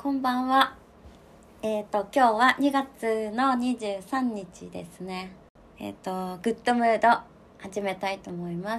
こんばんは。今日は2月の23日ですね。グッドムード始めたいと思います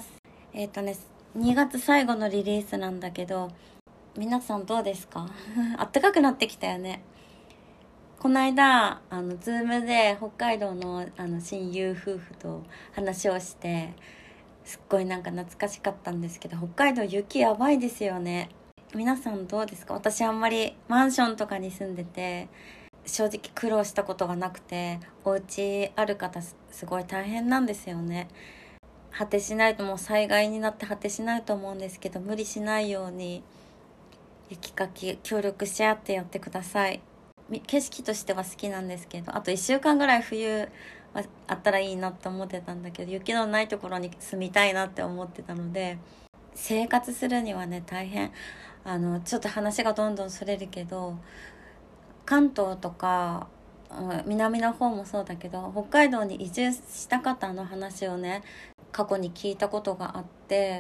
。2月最後のリリースなんだけど、皆さんどうですか？暖かくなってきたよね。この間ズームで北海道の親友夫婦と話をして、すっごい懐かしかったんですけど、北海道雪やばいですよね。皆さんどうですか？私あんまりマンションとかに住んでて正直苦労したことがなくて、お家ある方すごい大変なんですよね。果てしないと、もう災害になって果てしないと思うんですけど、無理しないように雪かき協力し合ってやってください。景色としては好きなんですけど、あと1週間ぐらい冬はあったらいいなって思ってたんだけど、雪のないところに住みたいなって思ってたので、生活するにはね大変。ちょっと話がどんどんそれるけど、関東とか南の方もそうだけど、北海道に移住した方の話をね過去に聞いたことがあって、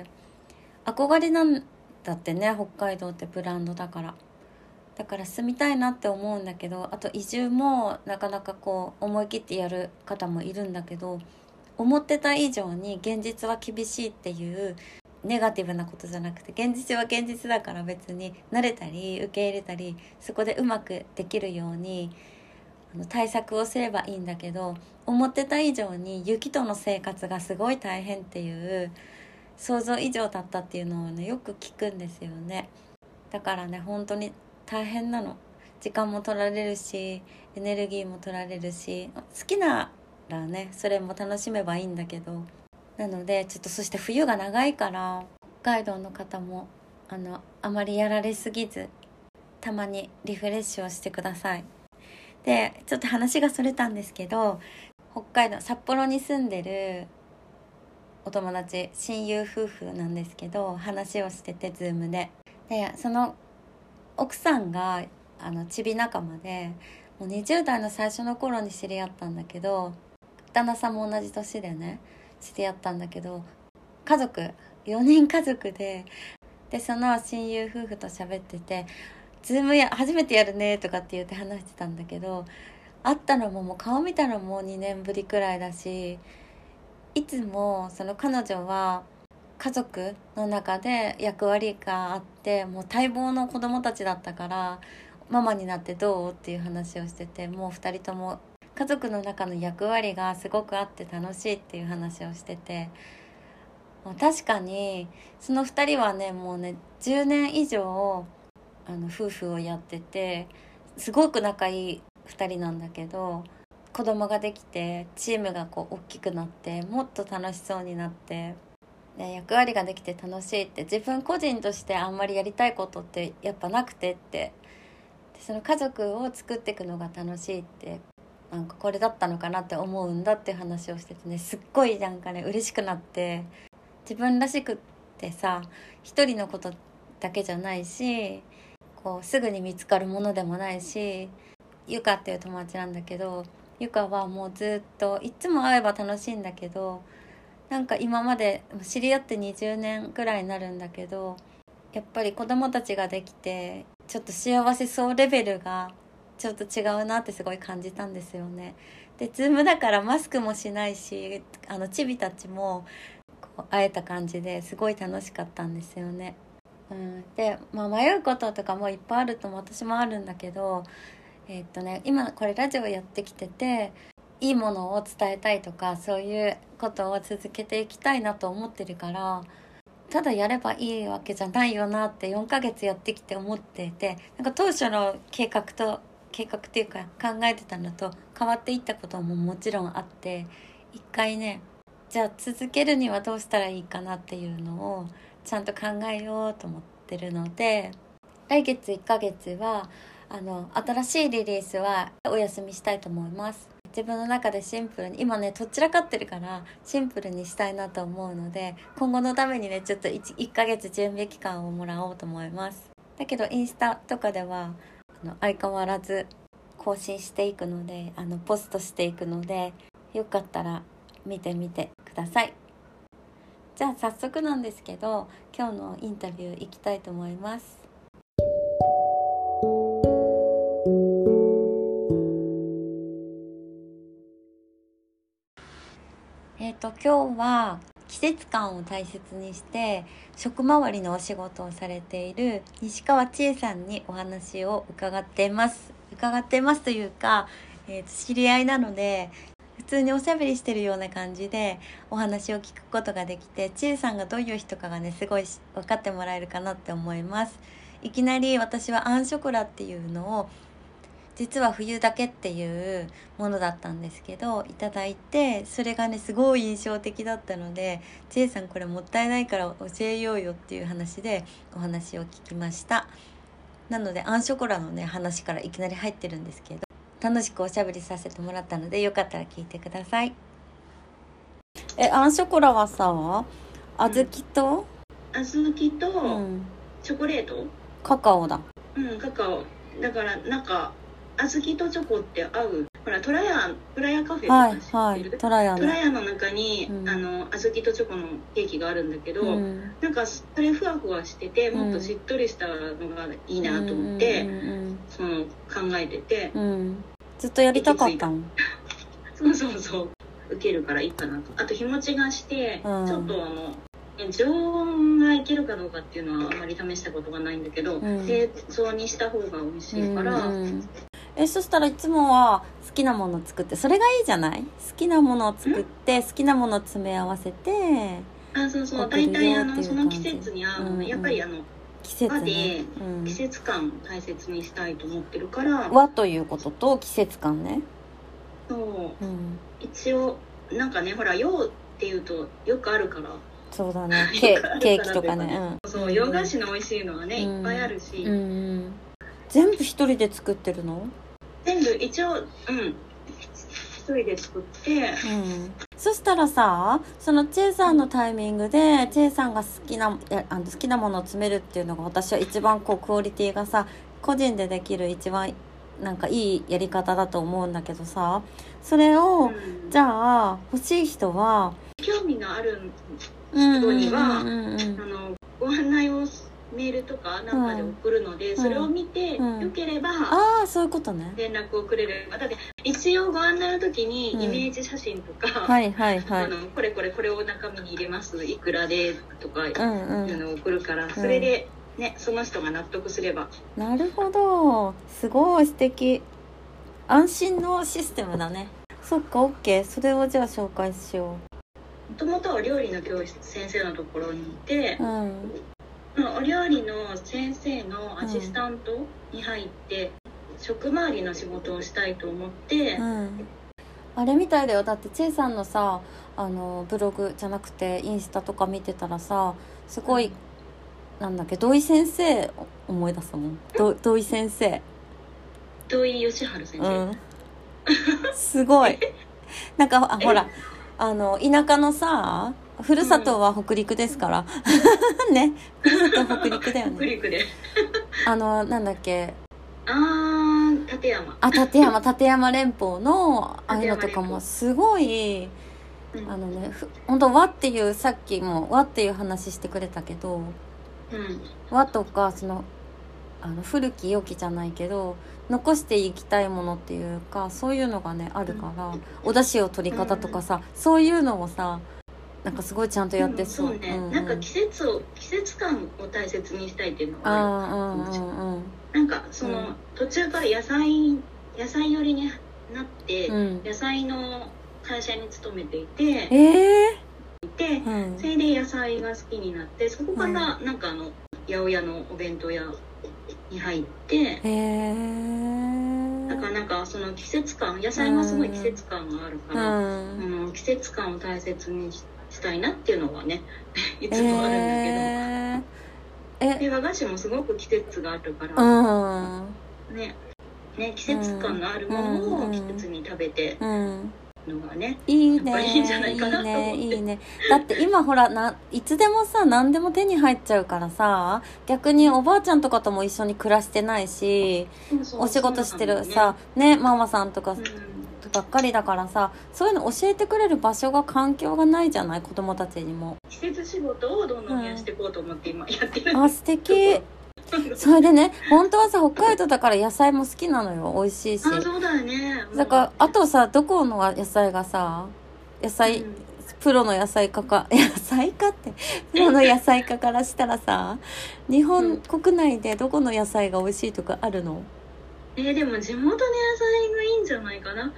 憧れなんだってね。北海道ってブランドだから住みたいなって思うんだけど、あと移住もなかなか思い切ってやる方もいるんだけど、思ってた以上に現実は厳しいっていうネガティブなことじゃなくて、現実は現実だから、別に慣れたり受け入れたりそこでうまくできるように対策をすればいいんだけど、思ってた以上に雪との生活がすごい大変っていう、想像以上だったっていうのをねよく聞くんですよね。だからね本当に大変なの。時間も取られるし、エネルギーも取られるし、好きならねそれも楽しめばいいんだけど、なのでちょっと、そして冬が長いから北海道の方もあまりやられすぎず、たまにリフレッシュをしてください。でちょっと話がそれたんですけど、北海道札幌に住んでるお友達、親友夫婦なんですけど、話をしててズームで、その奥さんがチビ仲間で、もう20代の最初の頃に知り合ったんだけど、旦那さんも同じ年でね知り合ったんだけど、家族4人家族でその親友夫婦と喋ってて、ズーム初めてやるねとかって言って話してたんだけど、会ったのももう顔見たのも2年ぶりくらいだし、いつもその彼女は家族の中で役割があって、もう待望の子供たちだったから、ママになってどうっていう話をしてて、もう2人とも家族の中の役割がすごくあって楽しいっていう話をしてて、確かにその2人はねもうね10年以上夫婦をやってて、すごく仲いい2人なんだけど、子供ができてチームが大きくなって、もっと楽しそうになって、役割ができて楽しいって、自分個人としてあんまりやりたいことってやっぱなくてって、その家族を作っていくのが楽しいって、これだったのかなって思うんだって話をしててね、すっごい嬉しくなって、自分らしくってさ、一人のことだけじゃないし、すぐに見つかるものでもないし、ゆかっていう友達なんだけど、ゆかはもうずっといつも会えば楽しいんだけど、今まで知り合って20年くらいになるんだけど、やっぱり子供たちができてちょっと幸せそうレベルがちょっと違うなってすごい感じたんですよね。でズームだからマスクもしないし、チビたちも会えた感じですごい楽しかったんですよね。で、迷うこととかもいっぱいあるとも私もあるんだけど、今これラジオやってきてて、いいものを伝えたいとかそういうことを続けていきたいなと思ってるから、ただやればいいわけじゃないよなって4ヶ月やってきて思っていて、当初の計画っていうか考えてたのと変わっていったことももちろんあって、一回ね、じゃあ続けるにはどうしたらいいかなっていうのをちゃんと考えようと思ってるので、来月1ヶ月は新しいリリースはお休みしたいと思います。自分の中でシンプルに、今ねとっちらかってるからシンプルにしたいなと思うので、今後のためにねちょっと 1ヶ月準備期間をもらおうと思います。だけどインスタとかでは相変わらず更新していくので、ポストしていくので、よかったら見てみてください。じゃあ早速なんですけど、今日のインタビュー行きたいと思います。 今日は季節感を大切にして食周りのお仕事をされている西川千恵さんにお話を伺っていますというか、知り合いなので普通におしゃべりしてるような感じでお話を聞くことができて、千恵さんがどういう人かがねすごい分かってもらえるかなって思います。いきなり私はアンショコラっていうのを実は冬だけっていうものだったんですけどいただいて、それがねすごい印象的だったので、千恵さんこれもったいないから教えようよっていう話でお話を聞きました。なのでアンショコラのね話からいきなり入ってるんですけど、楽しくおしゃべりさせてもらったのでよかったら聞いてください。アンショコラはさ、小豆と、 小豆とチョコレート、 カカオだ。 カカオだからなんか小豆とチョコって合う。ほらトラヤカフェとか知ってる？トラヤの中に、小豆とチョコのケーキがあるんだけど、なんかそれふわふわしててもっとしっとりしたのがいいなと思って、その考えてて、 ずっとやりたかったの。 そう受けるからいいかなと。あと日持ちがして、ちょっと常温がいけるかどうかっていうのはあまり試したことがないんだけど、冷蔵にした方が美味しいから、 そしたらいつもは好きなものを作って、それがいいじゃない？好きなものを作って好きなものを詰め合わせて、 そう大体その季節に合うの、やっぱり季節、 和で季節感を大切にしたいと思ってるから、 和ということと季節感ね。 そう、一応なんかね、ほら洋っていうとよくあるから、 そうだね、ケーキとかね、 そう洋菓子の美味しいのはね、いっぱいあるし、 全部一人で作ってるの？ 全部一応一人で作って、 そしたらさ、そのチェイさんのタイミングでチェイさんが好きなものを詰めるっていうのが私は一番クオリティがさ個人でできる一番なんかいいやり方だと思うんだけどさ、それを、じゃあ欲しい人は興味がある人には、ご案内をメールとかなんかで送るので、それを見て、よければそういうことね、 連絡をくれれば。だって一応ご案内の時にイメージ写真とか、これを中身に入れますいくらでとかいうのを送るから、それでね、その人が納得すれば。 なるほど、すごい素敵、安心のシステムだね。そっか、 OK、 それをじゃあ紹介しよう。もともとは料理の教室先生のところにいて、お料理の先生のアシスタントに入って、食周りの仕事をしたいと思って、 あれみたいだよ。だってチェイさんのさブログじゃなくてインスタとか見てたらさ、すごい、なんだっけ、土井先生思い出すもん。土井先生、 土井善晴先生、 すごいなんかほら田舎のさ、ふるさとは北陸ですから、ね、ふるさと北陸だよね。 北陸でなんだっけ、 立山連邦のああいうのとかもすごい、本当和っていう、さっきも和っていう話してくれたけど、和とかその古き良きじゃないけど残していきたいものっていうか、そういうのがねあるから、お出汁を取り方とかさ、そういうのをさなんかすごいちゃんとやってそう。 なんか季節感を大切にしたいっていうのがある。なんかその途中から野菜寄りになって、野菜の会社に勤めていて、それで野菜が好きになって、そこからなんか八百屋のお弁当屋に入って、だからなんかその季節感、野菜はすごい季節感があるから、季節感を大切にしたいなっていうのはねいつもあるんだけど、で和菓子もすごく季節があるから、季節感のあるものを季節に食べてのがね、 いいね、 やっぱりいいんじゃないかなと思って。 いいね。だって今ほらいつでもさ何でも手に入っちゃうからさ、逆におばあちゃんとかとも一緒に暮らしてないし、お仕事してるさママさんとかばっかりだからさ、そういうの教えてくれる場所が環境がないじゃない、子供たちにも。 季節仕事をどんどん増やしていこうと思って今やってるんです。 素敵それでね、本当はさ北海道だから野菜も好きなのよ、美味しいし。 そうだよね。 だからあとさ、どこの野菜がさ、野菜プロの野菜家ってプロの野菜家からしたらさ、日本国内でどこの野菜が美味しいとかあるの？ でも地元の野菜がいいんじゃないかな、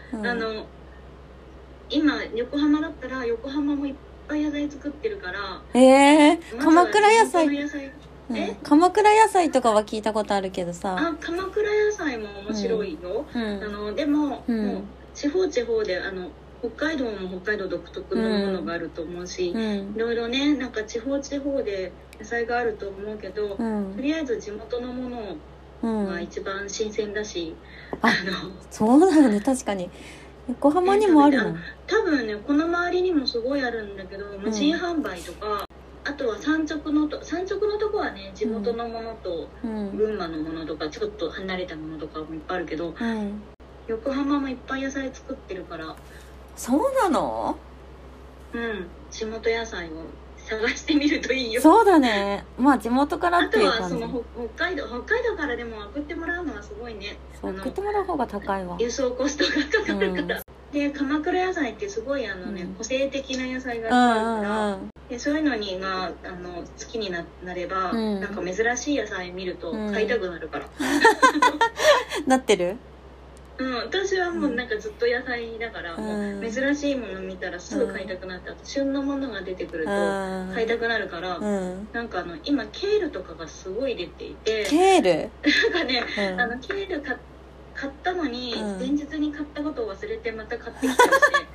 今横浜だったら横浜もいっぱい野菜作ってるから、 鎌倉野菜、鎌倉野菜とかは聞いたことあるけどさ。 鎌倉野菜も面白いよ、でも、もう地方で北海道も北海道独特のものがあると思うし、いろいろね、なんか地方で野菜があると思うけど、とりあえず地元のものが一番新鮮だし、 そうだよね、確かに横浜にもあるの。 多分ね、この周りにもすごいあるんだけど、無人販売とか、あとは産直のとこはね、地元のものと、群馬のものとかちょっと離れたものとかもいっぱいあるけど、横浜もいっぱい野菜作ってるから。 そうなの？ 地元野菜を探してみるといいよ。 そうだね、まあ地元からっていう感じ。 あとはその北海道からでも送ってもらうのはすごいね。 送ってもらう方が高いわ。 輸送コストがかかるから、で鎌倉野菜ってすごい個性的な野菜があるから、でそういうのに好きになれば、なんか珍しい野菜見ると買いたくなるから、 なってる？ 私はもうなんかずっと野菜だから、もう珍しいもの見たらすぐ買いたくなって、あと旬のものが出てくると買いたくなるから、なんか今ケールとかがすごい出ていて、 ケールなんかね、ケール買ったのに、前日に買ったことを忘れてまた買ってきちゃって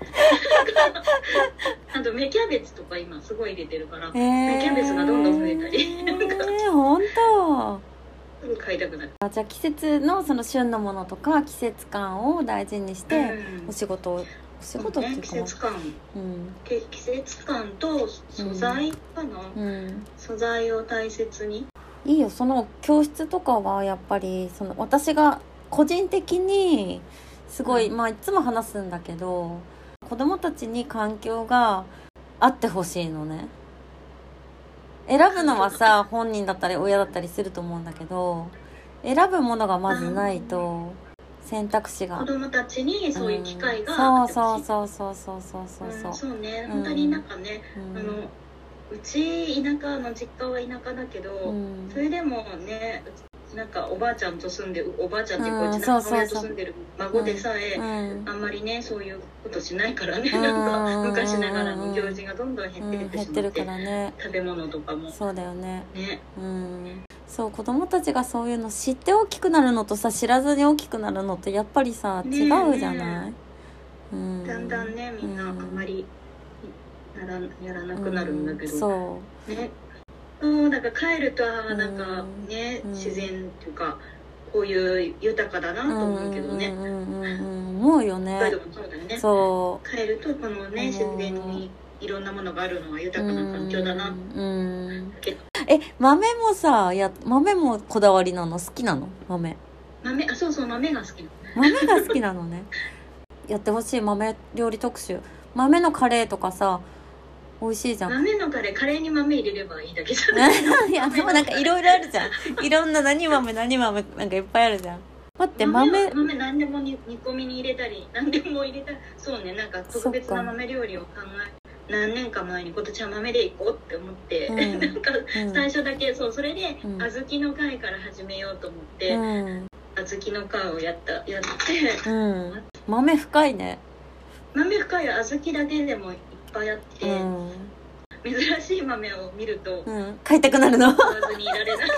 あと芽キャベツとか今すごい出てるから、芽キャベツがどんどん増えたり本当買いたくなる。 じゃあ季節のその旬のものとか季節感を大事にして、お仕事っていうか、 季節感と素材かな、素材を大切に。 いいよ。その教室とかはやっぱり私が個人的にすごい、いつも話すんだけど、子供たちに環境があってほしいのね。選ぶのはさ、本人だったり親だったりすると思うんだけど、選ぶものがまずないと選択肢が、 子供たちにそういう機会があってほしい。 そうね、本当になんかね、うち田舎の実家は田舎だけど、それでもね、なんかおばあちゃんと住んで、おばあちゃんっていうかうちの母親と住んでる孫でさえ、あんまりねそういうことしないからね、なんか昔ながらの行事がどんどん減っていってしまって、 減ってるからね、 食べ物とかも。 そうだよね。そう、子供たちがそういうの知って大きくなるのとさ、知らずに大きくなるのってやっぱりさ、違うじゃない？ だんだんね、みんなあんまりやらなくなるんだけど、 そうね。だから帰るとなんかね、自然っていうかこういう豊かだなと思うけどね。 思うよね。 北海道もそうだよね。 そう。 帰るとこのね、自然にいろんなものがあるのは豊かな環境だな。 豆もさ、豆もこだわりなの？好きなの？豆、 そうそう、豆が好きなの。 豆が好きなのね。やってほしい、豆料理特集。豆のカレーとかさ、美味しいじゃん。 豆のカレーに豆入れればいいだけじゃない？ いや、でもなんかいろいろあるじゃん。いろんな何豆なんかいっぱいあるじゃん。待って、豆何でも煮込みに入れたり、何でも入れたり。そうね、なんか特別な豆料理を考え、何年か前に今年は豆でいこうって思って、なんか最初だけそれで小豆の会から始めようと思って、小豆の会をやって、 豆深いね。 豆深いよ。小豆だけでもいっぱいあって、珍しい豆を見ると、 買いたくなるの。 買わずにいられない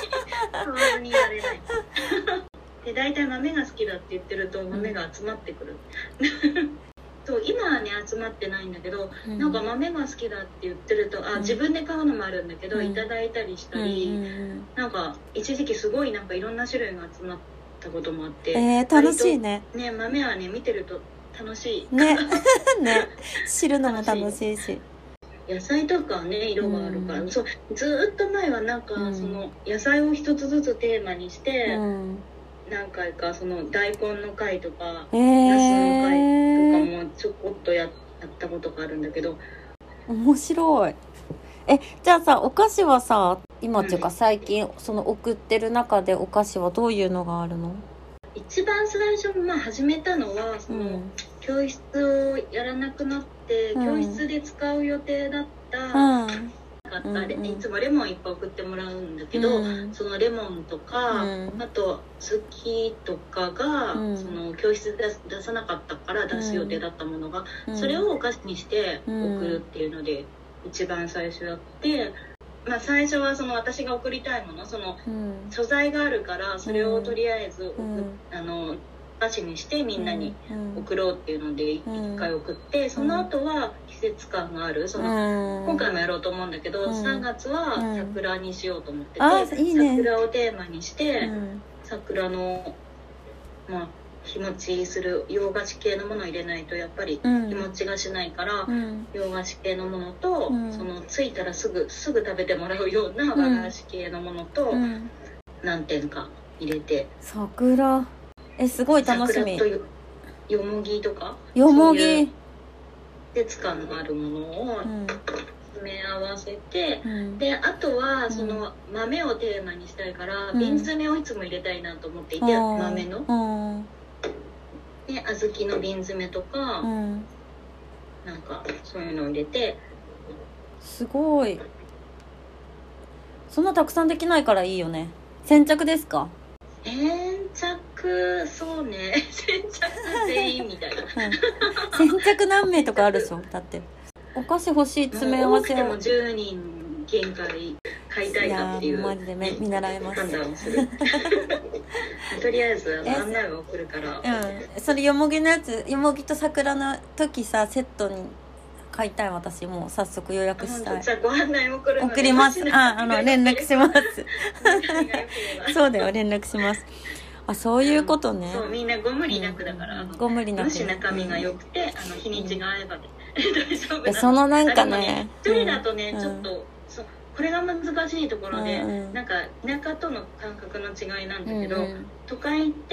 で、大体豆が好きだって言ってると豆が集まってくるそう今はね集まってないんだけど、なんか豆が好きだって言ってると自分で買うのもあるんだけど、いただいたりしたり、なんか一時期すごいなんかいろんな種類が集まったこともあって、 楽しいね。 豆はね見てると楽しいねね、知るのも楽しいし、 野菜とかね色があるから、そうずっと前はなんか、その野菜を一つずつテーマにして、何回かその大根の回とか、ナスの回とかもちょこっとやったことがあるんだけど、 面白い。じゃあさ、お菓子はさ、今っていうか最近その送ってる中でお菓子はどういうのがあるの？ 一番最初始めたのはその、教室をやらなくなってて教室で使う予定だった、いつもレモンいっぱい送ってもらうんだけど、そのレモンとか、あと月とかが、その教室で出さなかったから出す予定だったものが、それをお菓子にして送るっていうので一番最初やって、最初はその私が送りたいもの、その素材があるからそれをとりあえずお菓子にしてみんなに送ろうっていうので一回送って、その後は季節感がある、その今回もやろうと思うんだけど、3月は桜にしようと思ってて、桜をテーマにして、桜の日持ちする洋菓子系のものを入れないとやっぱり日持ちがしないから、洋菓子系のものと、その着いたらすぐ食べてもらうような和菓子系のものと、何点か入れて、 桜すごい楽しみ。 桜とよもぎとか、 よもぎ季節感のあるものを詰め合わせて、であとはその豆をテーマにしたいから、瓶詰めをいつも入れたいなと思っていて、豆ので小豆の瓶詰めとか、なんかそういうのを入れて。 すごい。そんなたくさんできないからいいよね。先着ですか？ 先着、そうね、先着全員みたいな、 先着何名とかあるでしょ。だってお菓子欲しい詰め合わせを、 多くても10人限界買いたいかっていう、 マジで見習えます。 判断をするとりあえず案内を送るから、 それよもぎのやつ、よもぎと桜の時さセットに買いたい。私もう早速予約したい。 じゃあご案内送るので送ります。連絡しますそうだよ、連絡します。そういうことね。 そう、みんなご無理なくだから、 ご無理なく、 もし中身が良くて日にちが合えば大丈夫なの。 そのなんかね、 一人だとね、ちょっとこれが難しいところで、なんか田舎との感覚の違いなんだけど、都会って、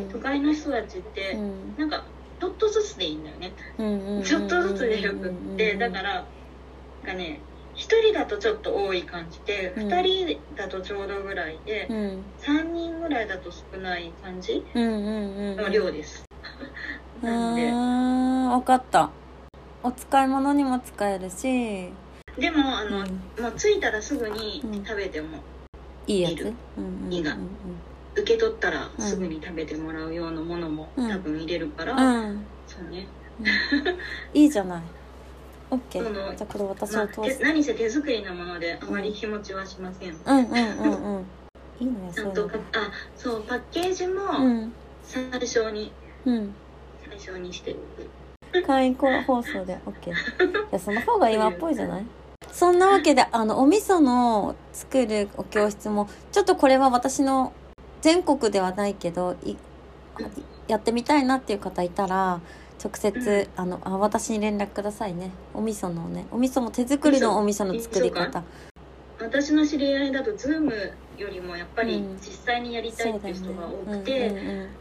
都会の人たちって、なんかちょっとずつでいいんだよね、ちょっとずつでよくって、だからなんかね、1人だとちょっと多い感じで、2人だとちょうどぐらいで、3人ぐらいだと少ない感じの量です。なんで分かった。お使い物にも使えるし、 でももう着いたらすぐに食べてもいいやつ、 いいが受け取ったらすぐに食べてもらうようなものも多分入れるから、そうね、 いいじゃない。オッケー。じゃあこれ私を通す。 何せ手作りなものであまり日持ちはしません。いいのよ。 ちゃんとそうパッケージも最初にしてる。 会員放送で OK。 いや、その方が今っぽいじゃない。そんなわけでお味噌の作るお教室もちょっとこれは私の全国ではないけどやってみたいなっていう方いたら直接、私に連絡くださいね。お味噌のね、お味噌も手作りのお味噌の作り方。 私の知り合いだと Zoom よりもやっぱり実際にやりたいっていう人が多くて、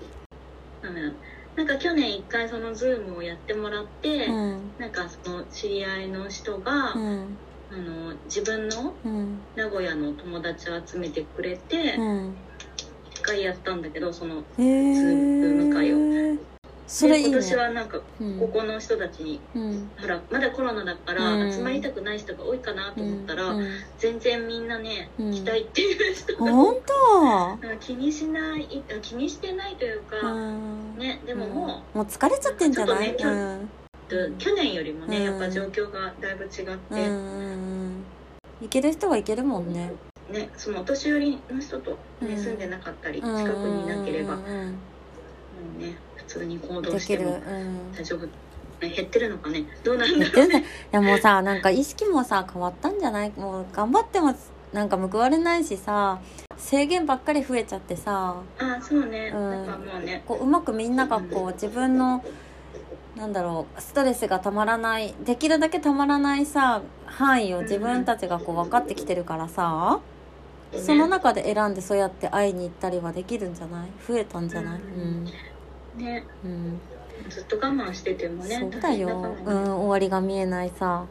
なんか去年1回その Zoom をやってもらって、なんかその知り合いの人が、自分の名古屋の友達を集めてくれて、1回やったんだけど、その Zoom 会を。それいいね。今年はなんかここの人たちに、ほらまだコロナだから集まりたくない人が多いかなと思ったら、全然みんなね、来たいっていう人が本当気にしてないというか、ね、でももう疲れちゃってんじゃない？ 去年よりもね、やっぱ状況がだいぶ違って、 行ける人は行けるもんね。 ね、そのお年寄りの人と、ね、住んでなかったり近くにいなければ、もうね普通に行動しても大丈夫。減ってるのかね、どうなんだろうね。いやもうさ、なんか意識もさ変わったんじゃない？もう頑張ってもなんか報われないしさ、制限ばっかり増えちゃってさ。 そうね、なんかもうね、 うまくみんなが自分のなんだろう、ストレスがたまらない、できるだけたまらないさ範囲を自分たちが分かってきてるからさ、その中で選んでそうやって会いに行ったりはできるんじゃない？増えたんじゃない？ ね、ずっと我慢しててもね、 そうだよ、終わりが見えないさ。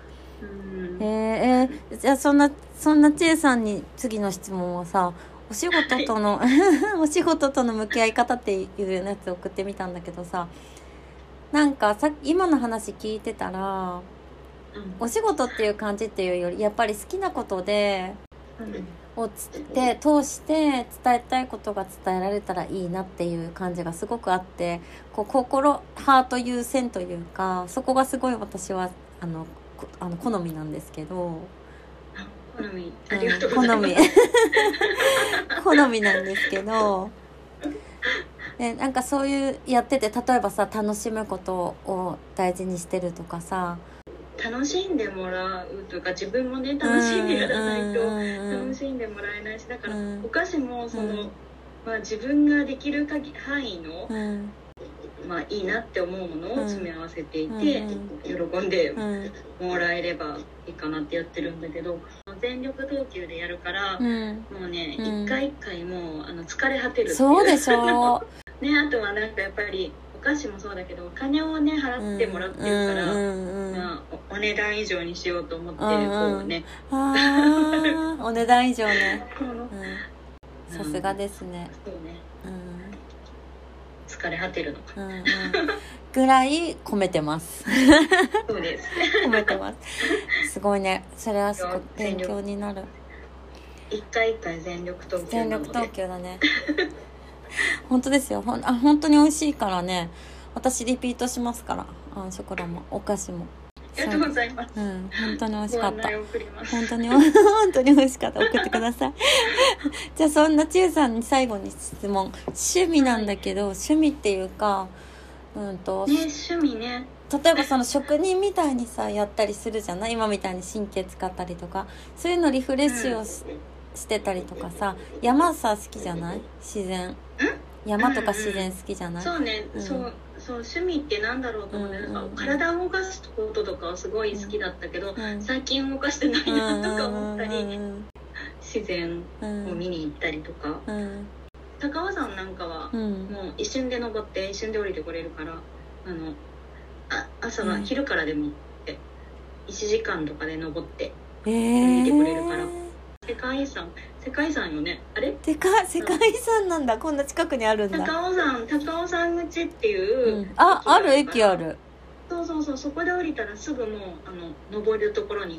じゃあそんな千恵さんに次の質問はさ、お仕事とのお仕事との向き合い方っていうやつを送ってみたんだけどさ、 なんか今の話聞いてたら、お仕事っていう感じっていうよりやっぱり好きなことで、を通して伝えたいことが伝えられたらいいなっていう感じがすごくあって、こうハート優先というか、そこがすごい私は好みなんですけど。 好み、ありがとうございます。 好みなんですけど、でなんかそういうやってて、例えばさ、楽しむことを大事にしてるとかさ、 楽しんでもらうというか、自分もね楽しんでやらないと楽しんでもらえないし、だからお菓子もその、自分ができる範囲の、いいなって思うものを詰め合わせていて、喜んでもらえればいいかなってやってるんだけど、全力投球でやるから、もうね、一回一回もう疲れ果てるっていう。 そうでしょね、あとはなんかやっぱりお菓子もそうだけど、お金をね払ってもらってるから、お値段以上にしようと思ってこうね、 お値段以上ね、さすがですね。 そうね、疲れ果てるのか、 ぐらい込めてます。 そうです。 込めてます。すごいね。それはすごく勉強になる。 一回一回全力投球。 全力投球だね。本当ですよ。本当に美味しいからね。私リピートしますから。ショコラもお菓子も。 ありがとうございます。 本当に美味しかった。 本当に美味しかった。送ってください。じゃあそんなちゆさんに最後に質問。趣味なんだけど、趣味っていうか、 趣味ね。 例えばその職人みたいにさやったりするじゃない、今みたいに神経使ったりとか、そういうのリフレッシュをしてたりとかさ、山さ好きじゃない？自然、山とか自然好きじゃない？ そうね、そう趣味ってなんだろうと思って、体を動かすこととかはすごい好きだったけど、最近動かしてないなとか思ったり、自然を見に行ったりとか、高尾山なんかはもう一瞬で登って一瞬で降りてこれるから、朝は昼からでも1時間とかで登って降りてくれるから、世界遺産よね。あれ世界遺産なんだ。こんな近くにあるんだ。 高尾山口っていう、 ある駅ある。 そうそこで降りたらすぐもう登るところに行って、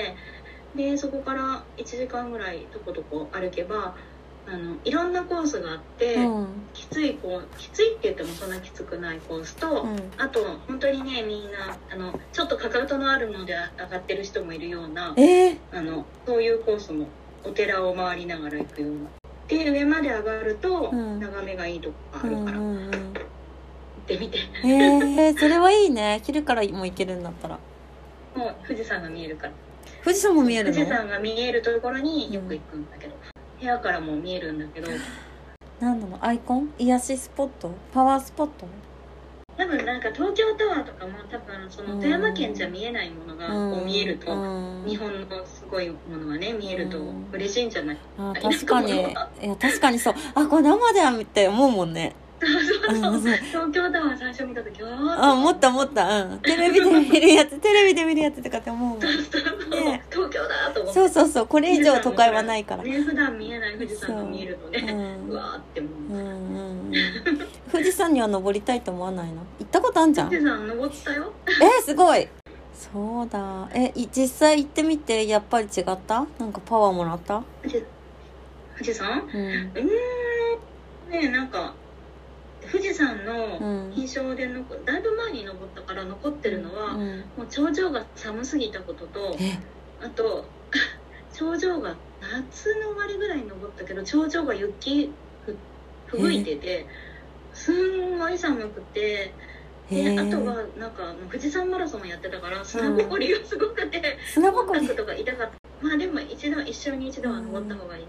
でそこから1時間ぐらいとことこ歩けばいろんなコースがあって、きついって言ってもそんなきつくないコースと、あと本当にね、みんなちょっとかかとのあるので上がってる人もいるような、そういうコースもお寺を回りながら行くような。で上まで上がると、眺めがいいとこがあるから、行ってみて。 それはいいね。昼からも行けるんだったら。 もう富士山が見えるから。 富士山も見えるの？ 富士山が見えるところによく行くんだけど、部屋からも見えるんだけど、 何なの？アイコン？癒しスポット？パワースポット？ 多分なんか東京タワーとかも多分その富山県じゃ見えないものがこう見えると、日本のすごいものがね見えると嬉しいんじゃない？ 確かに。いや確かにそう。これ生で見て思うもんね。 そう東京タワー最初見た時思ったテレビで見るやつとかって思うもん。 東京だと思って。 そうこれ以上都会はないからね。普段見えない富士山が見えるとね、うわーって思う。 富士山には登りたいと思わないの？行ったことあんじゃん。 富士山登ったよ。 すごい。そうだ。実際行ってみてやっぱり違った？なんかパワーもらった？ 富士山？ね、なんか富士山の印象でだいぶ前に登ったから残ってるのは、もう頂上が寒すぎたことと、あと頂上が夏の終わりぐらいに登ったけど頂上が雪吹雪いてて、すんごい寒くて、であとはなんか富士山マラソンをやってたから砂ぼこりがすごくて、 砂ぼこりとか痛かった。でも一生に一度は登った方がいい。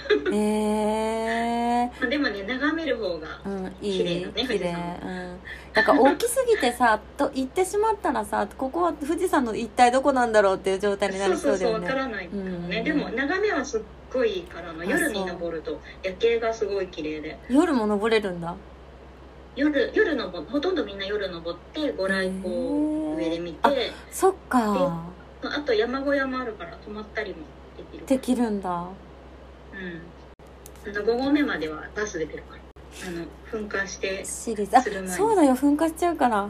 でもね、眺める方が綺麗だね、富士山。 だから大きすぎてさ行ってしまったらさ、ここは富士山の一体どこなんだろうっていう状態になりそうだよね。 分からないからね。でも眺めはすっごいいいから夜に登ると夜景がすごい綺麗で。夜も登れるんだ。夜ほとんどみんな夜登ってご来光を上で見て。 そっか。 あと山小屋もあるから泊まったりもできるんだ。 5合目まではバス出てるから、噴火してそうだよ、噴火しちゃうから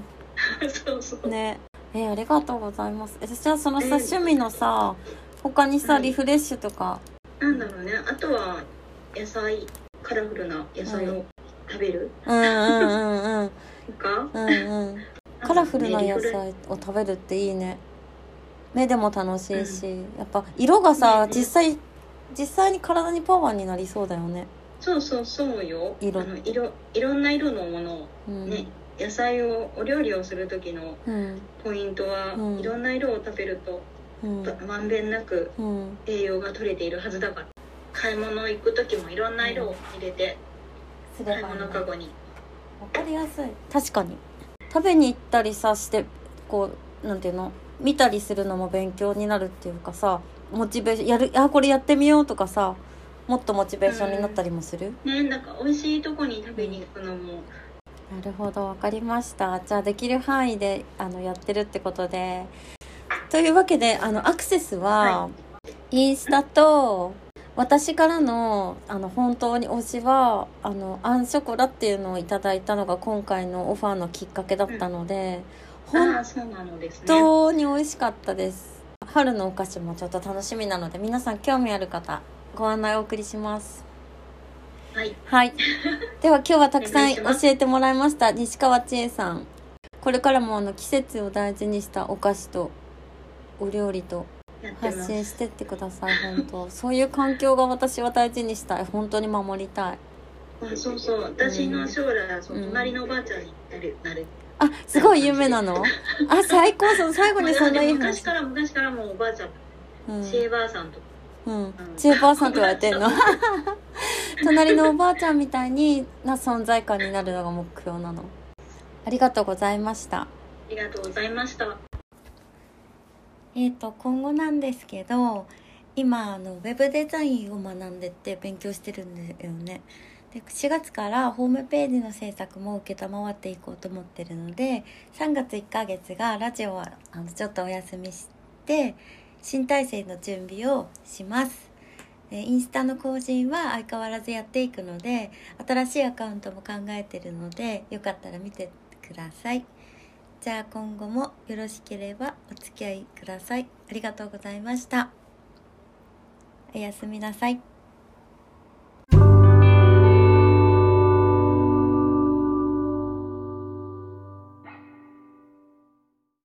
そうそうね。ありがとうございます。じゃあそのさ、趣味のさ他にさ、リフレッシュとかなんだろうね、あとは野菜、カラフルな野菜を食べる、 うんうんうんうんとか、 カラフルな野菜を食べるっていいね。目でも楽しいし、やっぱ色がさ、実際に体にパワーになりそうだよね。 そうよ。いろんな色のものをね、野菜をお料理をする時のポイントは、いろんな色を食べると、まんべんなく栄養が取れているはずだから、買い物行く時もいろんな色を入れて、買い物かごに。 わかりやすい。確かに食べに行ったりさして、こうなんていうの、見たりするのも勉強になるっていうかさ、モチベーションこれやってみようとかさ、もっとモチベーションになったりもする。 なんか美味しいとこに食べに行くのも、 なるほど、わかりました。じゃあできる範囲でやってるってことで、というわけでアクセスは、インスタと私からの本当に推しはアンショコラっていうのをいただいたのが今回のオファーのきっかけだったので、本当に美味しかったです。春のお菓子もちょっと楽しみなので、皆さん興味ある方ご案内をお送りします。はい、では今日はたくさん教えてもらいました西川千恵さん。これからも季節を大事にしたお菓子とお料理と発信してってください。本当そういう環境が私は大事にしたい。本当に守りたい。 そう私の将来、隣のおばあちゃんになる。 あ、すごい夢なの。あ、最高。最後にそんないい話。昔からもうおばあちゃん、千恵ばあさんとか、 千恵ばあさんと言われてんの。隣のおばあちゃんみたいな存在感になるのが目標なの。ありがとうございました。 ありがとうございました。 今後なんですけど、今ウェブデザインを学んでて勉強してるんだよね。で4月からホームページの制作も受けたまわっていこうと思ってるので、3月1ヶ月がラジオはちょっとお休みして新体制の準備をします。インスタの更新は相変わらずやっていくので、新しいアカウントも考えてるので、よかったら見てください。じゃあ今後もよろしければお付き合いください。ありがとうございました。おやすみなさい。